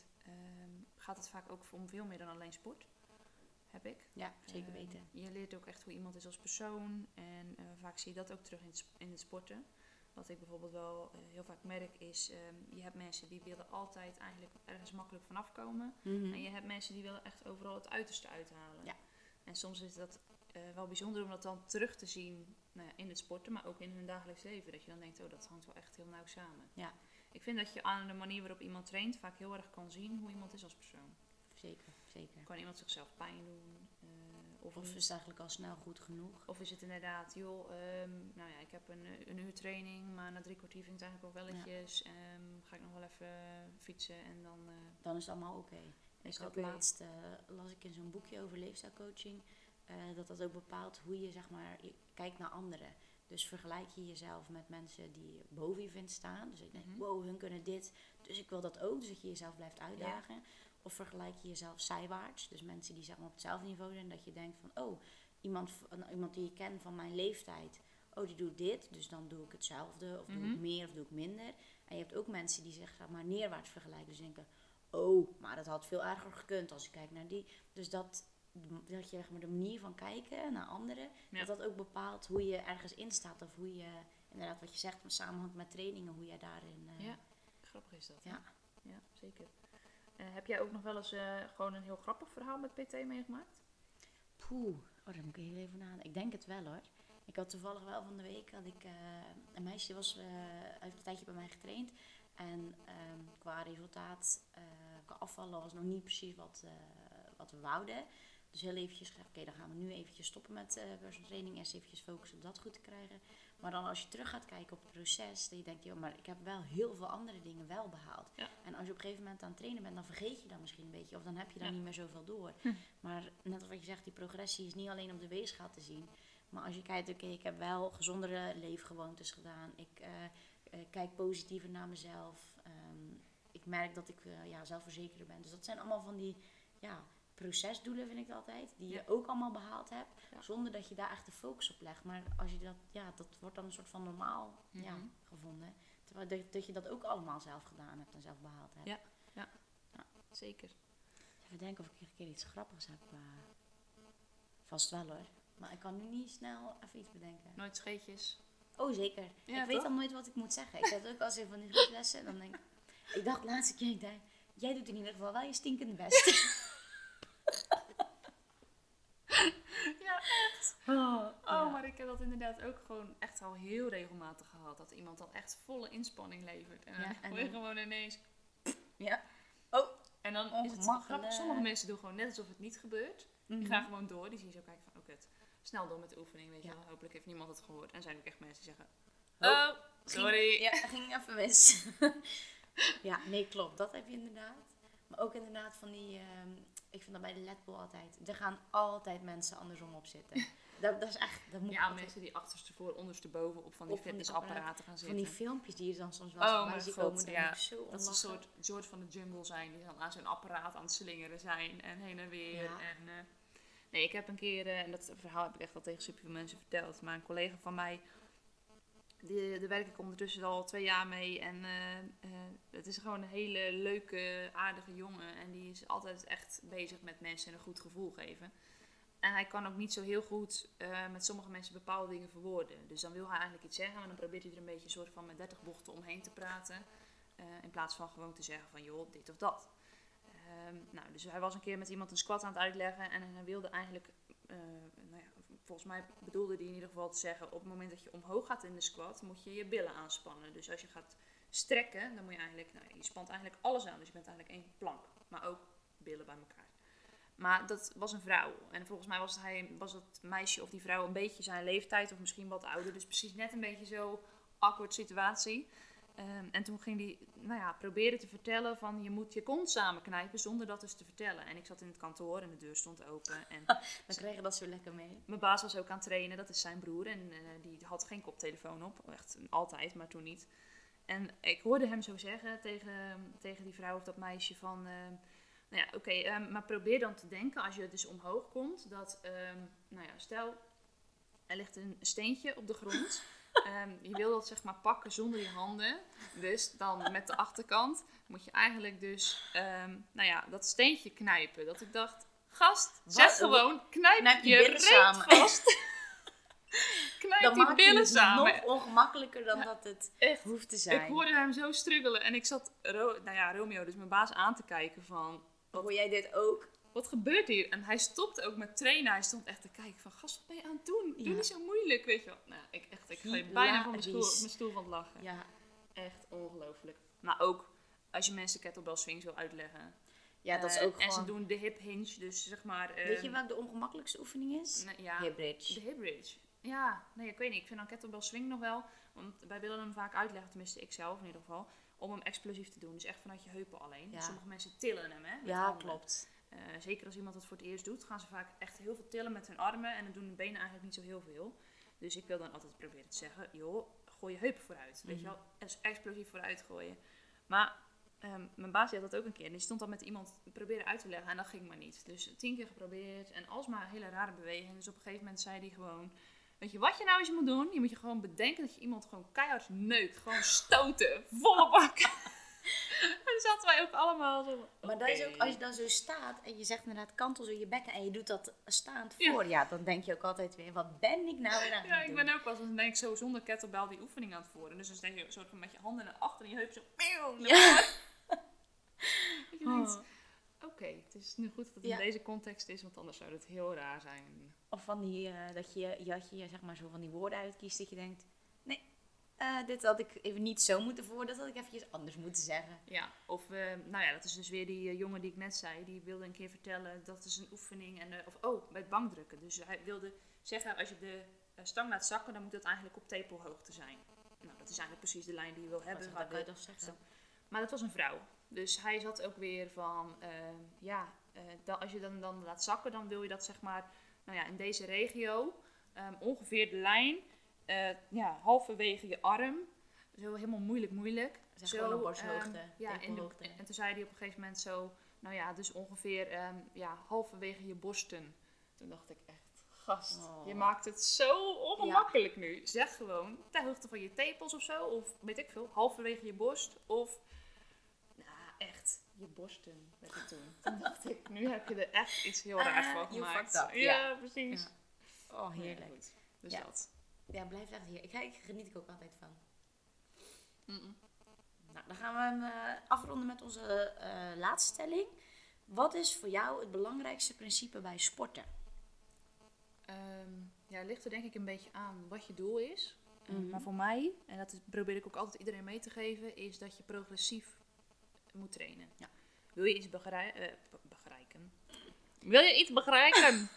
gaat het vaak ook om veel meer dan alleen sport. Heb ik.
Ja, zeker weten.
Je leert ook echt hoe iemand is als persoon. En vaak zie je dat ook terug in het sporten. Wat ik bijvoorbeeld wel heel vaak merk is, je hebt mensen die willen altijd eigenlijk ergens makkelijk vanaf komen. En je hebt mensen die willen echt overal het uiterste uithalen.
Ja.
En soms is dat wel bijzonder om dat dan terug te zien in het sporten, maar ook in hun dagelijks leven. Dat je dan denkt, oh, dat hangt wel echt heel nauw samen.
Ja.
Ik vind dat je aan de manier waarop iemand traint vaak heel erg kan zien hoe iemand is als persoon.
Zeker, zeker.
Kan iemand zichzelf pijn doen?
Of is het eigenlijk al snel goed genoeg?
Of is het inderdaad, joh, ik heb een uur training, maar na 3 kwartier vind ik het eigenlijk wel welletjes. Ga ik nog wel even fietsen en dan...
Dan is het allemaal oké.
Is
Ik
het
had
oké.
laatst, las ik in zo'n boekje over leefstijlcoaching, dat ook bepaalt hoe je, zeg maar, je kijkt naar anderen. Dus vergelijk je jezelf met mensen die je boven je vindt staan. Dus ik denk, wow, hun kunnen dit, dus ik wil dat ook. Dus dat je jezelf blijft uitdagen. Ja. Of vergelijk je jezelf zijwaarts. Dus mensen die, zeg maar, op hetzelfde niveau zijn. Dat je denkt van, oh, iemand die je kent van mijn leeftijd. Oh, die doet dit, dus dan doe ik hetzelfde. Of doe ik meer of doe ik minder. En je hebt ook mensen die zich, zeg maar, neerwaarts vergelijken. Dus denken, oh, maar dat had veel erger gekund als ik kijk naar die. Dus dat je, zeg maar, de manier van kijken naar anderen, dat ook bepaalt hoe je ergens in staat. Of hoe je, inderdaad wat je zegt, samenhangt met trainingen, hoe jij daarin...
Ja, grappig is dat.
Ja,
ja zeker. Heb jij ook nog wel eens gewoon een heel grappig verhaal met PT meegemaakt?
Poeh, daar moet ik heel even nadenken. Ik denk het wel hoor. Ik had toevallig wel van de week, een meisje die heeft een tijdje bij mij getraind. En qua resultaat, qua afvallen was nog niet precies wat we wouden. Dus heel eventjes gezegd, oké, dan gaan we nu eventjes stoppen met personal training. Eerst eventjes focussen op dat goed te krijgen. Maar dan als je terug gaat kijken op het proces, dan denk je, oh, maar ik heb wel heel veel andere dingen wel behaald. Ja. En als je op een gegeven moment aan het trainen bent, dan vergeet je dat misschien een beetje. Of dan heb je daar niet meer zoveel door. Maar net als wat je zegt, die progressie is niet alleen op de weegschaal te zien. Maar als je kijkt, oké, ik heb wel gezondere leefgewoontes gedaan. Ik kijk positiever naar mezelf. Ik merk dat ik zelfverzekerder ben. Dus dat zijn allemaal van die procesdoelen, vind ik het altijd. Die je ook allemaal behaald hebt. Ja. Zonder dat je daar echt de focus op legt. Maar als je dat wordt dan een soort van normaal gevonden. Terwijl dat je dat ook allemaal zelf gedaan hebt en zelf behaald hebt.
Ja. Zeker.
Even denken of ik een keer iets grappigs heb. Vast wel hoor. Maar ik kan nu niet snel even iets bedenken.
Nooit scheetjes?
Oh, zeker.
Ja,
ik weet dan nooit wat ik moet zeggen. Ik heb ook als een van die groepslessen. Dan denk ik dacht de laatste keer, jij doet in ieder geval wel je stinkende best.
Oh, maar ik heb dat inderdaad ook gewoon echt al heel regelmatig gehad. Dat iemand dan echt volle inspanning levert. En dan
en
hoor je
dan-
gewoon ineens...
Ja. Oh,
En dan is het
ongemakkelijk.
grappig. Sommige mensen doen gewoon net alsof het niet gebeurt. Die
Mhm.
gaan gewoon door. Die zien zo kijken van, oh kut. Snel door met de oefening, weet je
Ja.
wel. Hopelijk heeft niemand het gehoord. En er zijn ook echt mensen die zeggen...
Oh,
Oh, sorry.
Ja, ging even mis. Ja, nee, klopt. Dat heb je inderdaad. Maar ook inderdaad van die... ik vind dat bij de ledball altijd... Er gaan altijd mensen andersom op zitten. Dat is echt... Dat moet
Ja,
altijd-
mensen die achterstevoor, ondersteboven op van die
Op van die
fitnessapparaten gaan
Van
zitten.
die filmpjes die je dan soms wel
Oh
eens voorbij
mijn
ziet
god,
komen. Dan
ja.
moet ik zo
Dat ze een
lachen.
soort van de jungle zijn. Die dan aan zo'n apparaat aan het slingeren zijn. En heen en weer.
Ja.
En, nee, ik heb een keer... en dat verhaal heb ik echt al tegen superveel mensen verteld. Maar een collega van mij... Daar werk ik ondertussen al 2 jaar mee. En het is gewoon een hele leuke, aardige jongen. En die is altijd echt bezig met mensen een goed gevoel geven. En hij kan ook niet zo heel goed met sommige mensen bepaalde dingen verwoorden. Dus dan wil hij eigenlijk iets zeggen. Maar dan probeert hij er een beetje een soort van met 30 bochten omheen te praten. In plaats van gewoon te zeggen van joh, dit of dat. Nou, dus hij was een keer met iemand een squat aan het uitleggen. En hij wilde eigenlijk... nou ja, volgens mij bedoelde hij in ieder geval te zeggen... op het moment dat je omhoog gaat in de squat... moet je je billen aanspannen. Dus als je gaat strekken... dan moet je eigenlijk... Nou, je spant eigenlijk alles aan. Dus je bent eigenlijk één plank. Maar ook billen bij elkaar. Maar dat was een vrouw. En volgens mij was het meisje of die vrouw een beetje zijn leeftijd... of misschien wat ouder. Dus precies net een beetje zo awkward situatie... en toen ging hij proberen te vertellen van je moet je kont samenknijpen zonder dat dus te vertellen. En ik zat in het kantoor en de deur stond open. En
Dan krijg je dat zo lekker mee.
mijn baas was ook aan het trainen, dat is zijn broer. En die had geen koptelefoon op, echt altijd, maar toen niet. En ik hoorde hem zo zeggen tegen die vrouw of dat meisje van... maar probeer dan te denken als je dus omhoog komt dat, stel er ligt een steentje op de grond... je wil dat zeg maar pakken zonder je handen. Dus dan met de achterkant moet je eigenlijk dus dat steentje knijpen. Dat ik dacht, gast, zeg gewoon, knijp je
billen
reet
samen.
vast. Knijp
Dan
die
maak je
billen
het
samen.
nog ongemakkelijker dan dat het
Echt.
hoeft te zijn.
Ik hoorde hem zo struggelen en ik zat Romeo, dus mijn baas, aan te kijken van...
Hoor jij dit ook?
Wat gebeurt hier? En hij stopte ook met trainen. Hij stond echt te kijken van, gast, wat ben je aan het doen? Doe
Ja.
niet zo moeilijk, weet je wel. Nou, ik gleed bijna van
Hilarisch.
mijn stoel van het lachen.
Ja.
Echt ongelooflijk. Maar ook als je mensen kettlebell swings wil uitleggen.
Ja, dat is ook
En ze
gewoon...
doen de hip hinge, dus zeg maar...
Weet je wat de ongemakkelijkste oefening is?
Ja,
Hip bridge.
de hip bridge. Ja, nee, ik weet niet. Ik vind dan kettlebell swing nog wel. Want wij willen hem vaak uitleggen, tenminste ik zelf in ieder geval. Om hem explosief te doen. Dus echt vanuit je heupen alleen.
Ja.
Sommige mensen tillen hem, hè. Met
Ja,
handen.
klopt.
Zeker als iemand dat voor het eerst doet, gaan ze vaak echt heel veel tillen met hun armen. En dan doen hun benen eigenlijk niet zo heel veel. Dus ik wil dan altijd proberen te zeggen, joh, gooi je heupen vooruit. Weet je wel, dus explosief vooruit gooien. Maar mijn baas had dat ook een keer. En die stond dan met iemand proberen uit te leggen en dat ging maar niet. Dus 10 keer geprobeerd en alsmaar hele rare bewegingen. Dus op een gegeven moment zei hij gewoon... Weet je wat je nou eens moet doen? Je moet je gewoon bedenken dat je iemand gewoon keihard neukt. Gewoon stoten. Volle bak. En dan zaten wij ook allemaal zo...
Maar dat is ook, als je dan zo staat en je zegt inderdaad kantel zo je bekken en je doet dat staand voor. Ja, dan denk je ook altijd weer, wat ben ik nou weer aan het
Ja, ik
doen?
ben ook wel eens, dan denk ik zo zonder kettlebell die oefening aan het voeren. Dus dan denk je een soort van met je handen naar achter en je heup zo...
Ja.
Dat je denkt, oké, het is nu goed dat het in deze context is, want anders zou het heel raar zijn.
Of van die, dat je zeg maar zo van die woorden uitkiest dat je denkt, nee, dit had ik even niet zo moeten voor, dat had ik eventjes anders moeten zeggen.
Ja, of dat is dus weer die jongen die ik net zei, die wilde een keer vertellen, dat is een oefening, en bij het bankdrukken. Dus hij wilde zeggen, als je de stang laat zakken, dan moet dat eigenlijk op tepelhoogte zijn. Nou, dat is eigenlijk precies de lijn die je wil hebben.
Wat kan je toch zeggen?
Maar dat was een vrouw. Dus hij zat ook weer van, als je dan laat zakken, dan wil je dat zeg maar, in deze regio, ongeveer de lijn, halverwege je arm. Zo helemaal moeilijk.
Zeg gewoon op borsthoogte,
tepelhoogte. En toen zei hij op een gegeven moment zo, dus ongeveer halverwege je borsten. Toen dacht ik echt, gast, je maakt het zo ongemakkelijk nu. Zeg gewoon, ter hoogte van je tepels of zo, of weet ik veel, halverwege je borst, of... Echt, je borsten werd het toen. Toen dacht ik, nu heb je er echt iets heel raars van gemaakt. Ja, precies.
Ja. Oh, heerlijk.
Ja, dus
ja.
dat.
Ja, blijft echt heerlijk. Ik geniet ik ook altijd van. Nou, dan gaan we hem afronden met onze laatste stelling. Wat is voor jou het belangrijkste principe bij sporten?
Ligt er denk ik een beetje aan wat je doel is.
Mhm.
Maar voor mij, en dat probeer ik ook altijd iedereen mee te geven, is dat je progressief moet trainen.
Ja.
Wil je iets begrijpen? Wil je iets bereiken?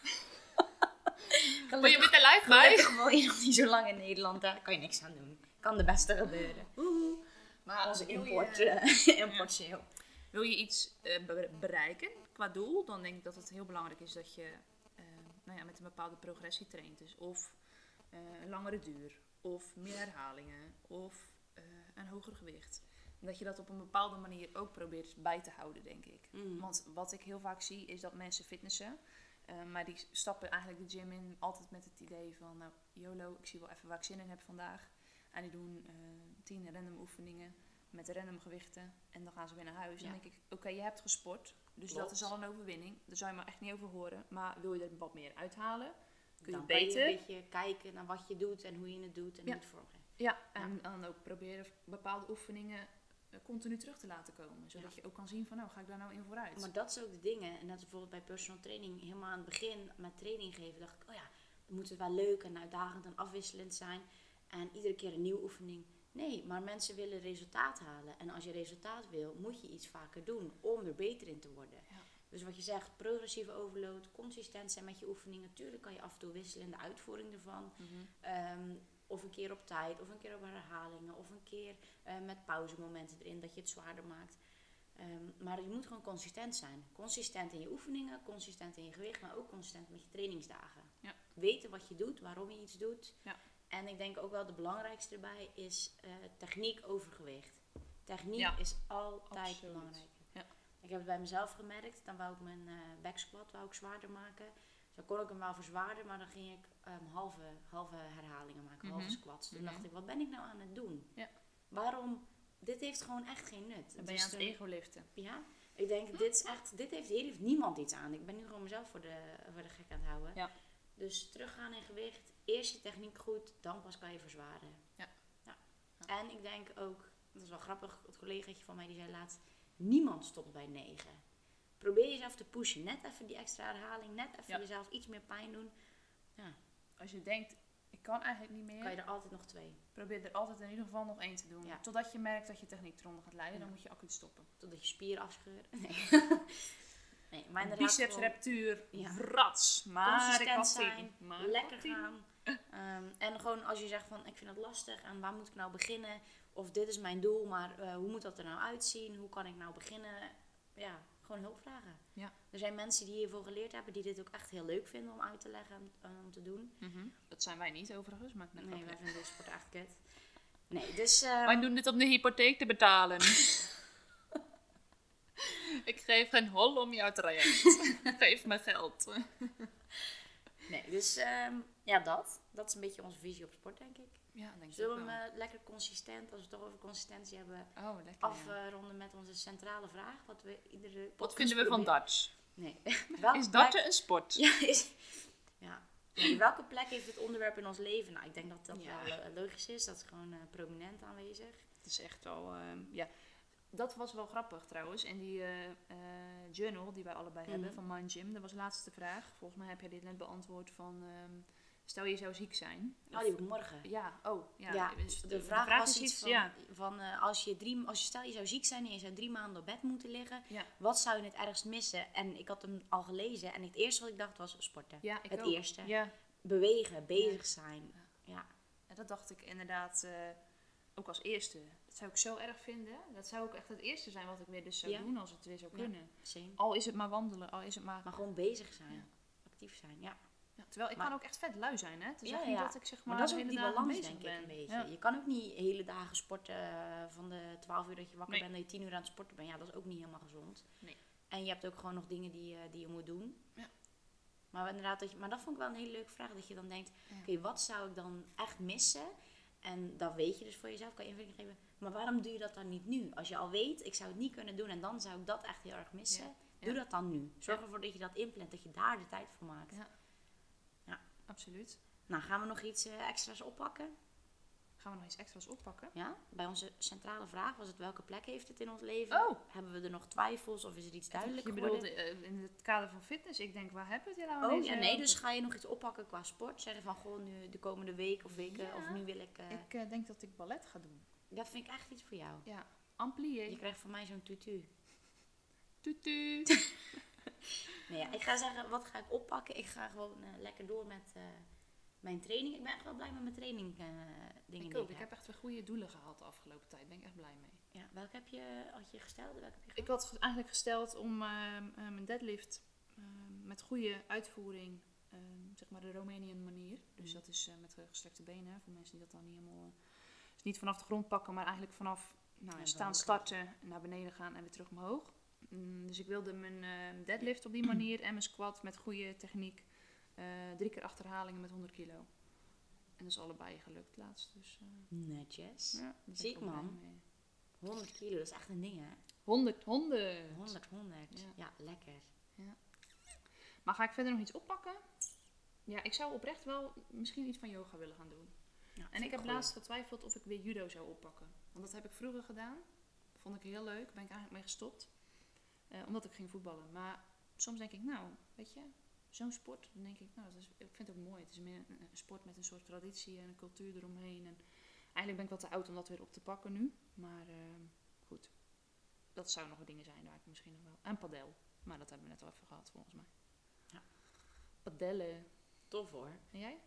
Wil je met de lijf bij?
Gelukkig woon je nog niet zo lang in Nederland. Daar kan je niks aan doen. Kan de beste gebeuren.
Maar
Onze
wil
importsale.
Wil je iets bereiken qua doel, dan denk ik dat het heel belangrijk is dat je met een bepaalde progressie traint. Dus of een langere duur, of meer herhalingen, of een hoger gewicht. En dat je dat op een bepaalde manier ook probeert bij te houden, denk ik.
Mm.
Want wat ik heel vaak zie, is dat mensen fitnessen. Maar die stappen eigenlijk de gym in altijd met het idee van, nou, YOLO, ik zie wel even waar ik zin in heb vandaag. En die doen 10 random oefeningen met random gewichten. En dan gaan ze weer naar huis.
Ja.
Dan denk ik, oké, je hebt gesport. Dus
Klopt.
dat is al een overwinning. Daar zou je maar echt niet over horen. Maar wil je er wat meer uithalen, kun je
Dan
beter.
kan je een beetje kijken naar wat je doet en hoe je het doet en hoe je het vormgeeft.
Ja, en dan ook proberen bepaalde oefeningen continu terug te laten komen. Zodat je ook kan zien van, nou, ga ik daar nou in vooruit?
Maar dat is ook de dingen. En dat is bijvoorbeeld bij personal training. Helemaal aan het begin met training geven dacht ik, dan moet het wel leuk en uitdagend en afwisselend zijn. En iedere keer een nieuwe oefening. Nee, maar mensen willen resultaat halen. En als je resultaat wil, moet je iets vaker doen om er beter in te worden.
Ja.
Dus wat je zegt, progressieve overload, consistent zijn met je oefeningen. Natuurlijk kan je af en toe wisselen in de uitvoering ervan. Of een keer op tijd, of een keer op herhalingen, of een keer met pauzemomenten erin, dat je het zwaarder maakt. Maar je moet gewoon consistent zijn. Consistent in je oefeningen, consistent in je gewicht, maar ook consistent met je trainingsdagen.
Ja.
Weten wat je doet, waarom je iets doet.
Ja.
En ik denk ook wel de belangrijkste erbij is techniek over gewicht. Techniek
Ja.
is altijd
Absoluut.
belangrijk.
Ja.
Ik heb het bij mezelf gemerkt. Dan wou ik mijn back squat zwaarder maken. Zo kon ik hem wel verzwaarden, maar dan ging ik halve herhalingen maken, halve squats. Toen dacht ik, wat ben ik nou aan het doen?
Ja.
Waarom? Dit heeft gewoon echt geen nut.
Dan ben je aan het ego-liften.
Ja, ik denk, hier heeft niemand iets aan. Ik ben nu gewoon mezelf voor de gek aan het houden.
Ja.
Dus teruggaan in gewicht, eerst je techniek goed, dan pas kan je verzwaren.
Ja.
En ik denk ook, dat is wel grappig, het collegaatje van mij die zei laatst, niemand stopt bij 9. Probeer jezelf te pushen, net even die extra herhaling, net even jezelf iets meer pijn doen. Ja,
Als je denkt, ik kan eigenlijk niet meer,
kan je er altijd nog 2.
probeer er altijd in ieder geval nog 1 te doen.
Ja.
Totdat je merkt dat je techniek eronder gaat leiden,
Ja.
dan moet je acuut stoppen.
Totdat je spieren afscheuren. Nee, maar inderdaad
Biceps,
gewoon
reptuur,
Ja.
vrats. Maar ik
consistent
had
zijn,
maar
lekker
ik had
gaan. En gewoon als je zegt van ik vind het lastig en waar moet ik nou beginnen? Of dit is mijn doel, maar hoe moet dat er nou uitzien? Hoe kan ik nou beginnen? Ja, gewoon hulp vragen.
Ja.
Er zijn mensen die hiervoor geleerd hebben, die dit ook echt heel leuk vinden om uit te leggen en om te doen.
Dat zijn wij niet overigens, maar
Nee, wij vinden deze sport echt kut. Nee, dus...
wij doen dit om de hypotheek te betalen. Ik geef geen hol om jouw traject. Geef me geld.
Nee, dus ja, dat is een beetje onze visie op sport, denk ik.
Ja, denk ik
Zullen we
wel.
hem lekker consistent, als we het toch over consistentie hebben,
Oh, lekker. Ja.
afronden met onze centrale vraag? Wat we iedere
Wat
podcast
vinden we van
proberen-
darts?
Nee.
Is darten een sport?
Ja. Welke plek heeft het onderwerp in ons leven? Nou, ik denk dat dat
Ja.
wel logisch is. Dat is gewoon prominent aanwezig.
Het is echt wel, ja. Dat was wel grappig trouwens. En die journal die wij allebei hebben van Mind Gym, dat was de laatste vraag. Volgens mij heb jij dit net beantwoord van, stel je zou ziek zijn.
Oh, die heb ik morgen.
Ja,
Ja,
dus
de vraag was
is
iets van als je stel je zou ziek zijn en je zou 3 maanden op bed moeten liggen,
Ja.
wat zou je het ergst missen? En ik had hem al gelezen en het eerste wat ik dacht was sporten.
Ja, ik
het
ook.
eerste.
Ja.
Bewegen, bezig zijn. Ja.
En dat dacht ik inderdaad ook als eerste. Dat zou ik zo erg vinden. Dat zou ook echt het eerste zijn wat ik weer dus zou doen als het weer zou kunnen.
Same.
Al is het maar wandelen, al is het maar...
Maar gewoon bezig zijn.
Ja.
Actief zijn, ja.
Ja, terwijl ik
Maar-
kan ook echt vet lui zijn, hè. Het is
Ja,
echt niet
ja.
dat ik zeg
Maar
maar
dat is
de
ook
hele
die
dagen
balans,
bezig
denk ik,
ben.
een beetje.
Ja.
Je kan ook niet hele dagen sporten van de 12 uur dat je wakker
Nee.
bent, dat je 10 uur aan het sporten bent. Ja, dat is ook niet helemaal gezond.
Nee.
En je hebt ook gewoon nog dingen die je moet doen.
Ja.
Maar inderdaad, maar dat vond ik wel een hele leuke vraag. Dat je dan denkt,
Ja.
oké, wat zou ik dan echt missen? En dat weet je dus voor jezelf, kan je invulling geven. Maar waarom doe je dat dan niet nu? Als je al weet, ik zou het niet kunnen doen en dan zou ik dat echt heel erg missen.
Ja.
Doe
Ja.
dat dan nu. Zorg ervoor dat je dat inplant, dat je daar de tijd voor maakt.
Ja.
Ja.
Absoluut.
Nou, gaan we nog iets extra's oppakken?
Gaan we nog iets extra's oppakken?
Ja, bij onze centrale vraag was het welke plek heeft het in ons leven?
Oh!
Hebben we er nog twijfels of is er iets duidelijk
Je
geworden?
bedoelt in het kader van fitness. Ik denk, waar hebben we het hier nou
Oh ja, nee, dus ga je nog iets oppakken qua sport? Zeggen van, goh, nu de komende week of weken,
Ja.
of nu wil ik...
Ik denk dat ik ballet ga doen.
Dat vind ik echt iets voor jou.
Ja, amplié.
Je krijgt van mij zo'n tutu.
Tutu.
Nee, ja, ik ga zeggen, wat ga ik oppakken? Ik ga gewoon lekker door met mijn training. Ik ben echt wel blij met mijn training dingen
Ik
die
ook. Ik heb echt weer goede doelen gehaald de afgelopen tijd. Daar ben ik echt blij mee.
Ja, welke had je gesteld? Welke heb je
Ik had eigenlijk gesteld om mijn deadlift met goede uitvoering, zeg maar de Romanian manier. Dus dat is met gestrekte benen, hè, voor mensen die dat dan niet helemaal... dus niet vanaf de grond pakken, maar eigenlijk vanaf staan, starten, naar beneden gaan en weer terug omhoog. Dus ik wilde mijn deadlift op die manier en mijn squat met goede techniek. 3 keer achterhalingen met 100 kilo. En dat is allebei gelukt laatst. Dus,
Netjes.
ja, daar ben ik
Ziek,
wel blij
man.
mee.
100 kilo, dat is echt een ding, hè?
100.
100.
Ja.
Ja, lekker.
Maar ga ik verder nog iets oppakken? Ja, ik zou oprecht wel misschien iets van yoga willen gaan doen.
Ja,
En ik heb laatst getwijfeld of ik weer judo zou oppakken. Want dat heb ik vroeger gedaan. Vond ik heel leuk. Ben ik eigenlijk mee gestopt. Omdat ik ging voetballen. Maar soms denk ik, nou, weet je, zo'n sport. Dan denk ik, nou, ik vind het ook mooi. Het is meer een sport met een soort traditie en een cultuur eromheen. En eigenlijk ben ik wat te oud om dat weer op te pakken nu. Maar goed, dat zou nog dingen zijn waar ik misschien nog wel... En padel. Maar dat hebben we net al even gehad, volgens mij.
Ja.
Padellen.
Tof hoor.
En jij?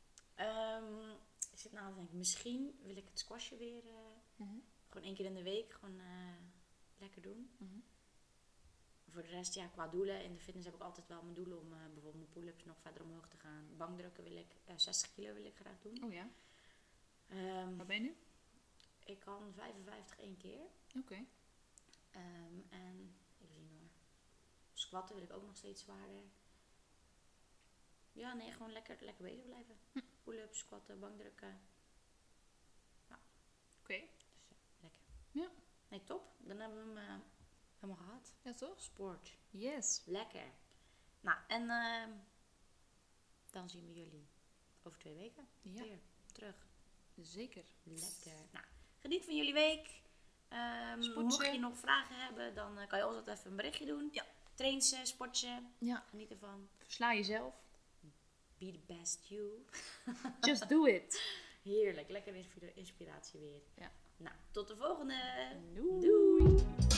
Ik zit na te denken, misschien wil ik het squashen weer gewoon 1 keer in de week gewoon lekker doen. Voor de rest, ja, qua doelen. In de fitness heb ik altijd wel mijn doelen om bijvoorbeeld mijn pull-ups nog verder omhoog te gaan. Bankdrukken wil ik, 60 kilo wil ik graag doen.
Oh ja. Waar ben je nu?
Ik kan 55 1 keer.
Oké.
En even zien hoor. Squatten wil ik ook nog steeds zwaarder. Ja, nee, gewoon lekker bezig blijven. Pull-ups, squatten, bankdrukken.
Oké.
Dus lekker.
Ja.
Nee, top. Dan hebben we hem helemaal gehad.
Ja, toch?
Sport.
Yes.
Lekker. Nou, en dan zien we jullie over 2 weken
Ja.
weer terug.
Zeker.
Lekker. Nou, geniet van jullie week.
Sportje.
Mocht je nog vragen hebben, dan kan je altijd even een berichtje doen.
Ja.
Train ze, sport ze.
Ja.
Geniet ervan.
Versla jezelf.
Be the best you.
Just do it.
Heerlijk. Lekker inspiratie weer.
Ja.
Nou, tot de volgende.
Doei.
Doei.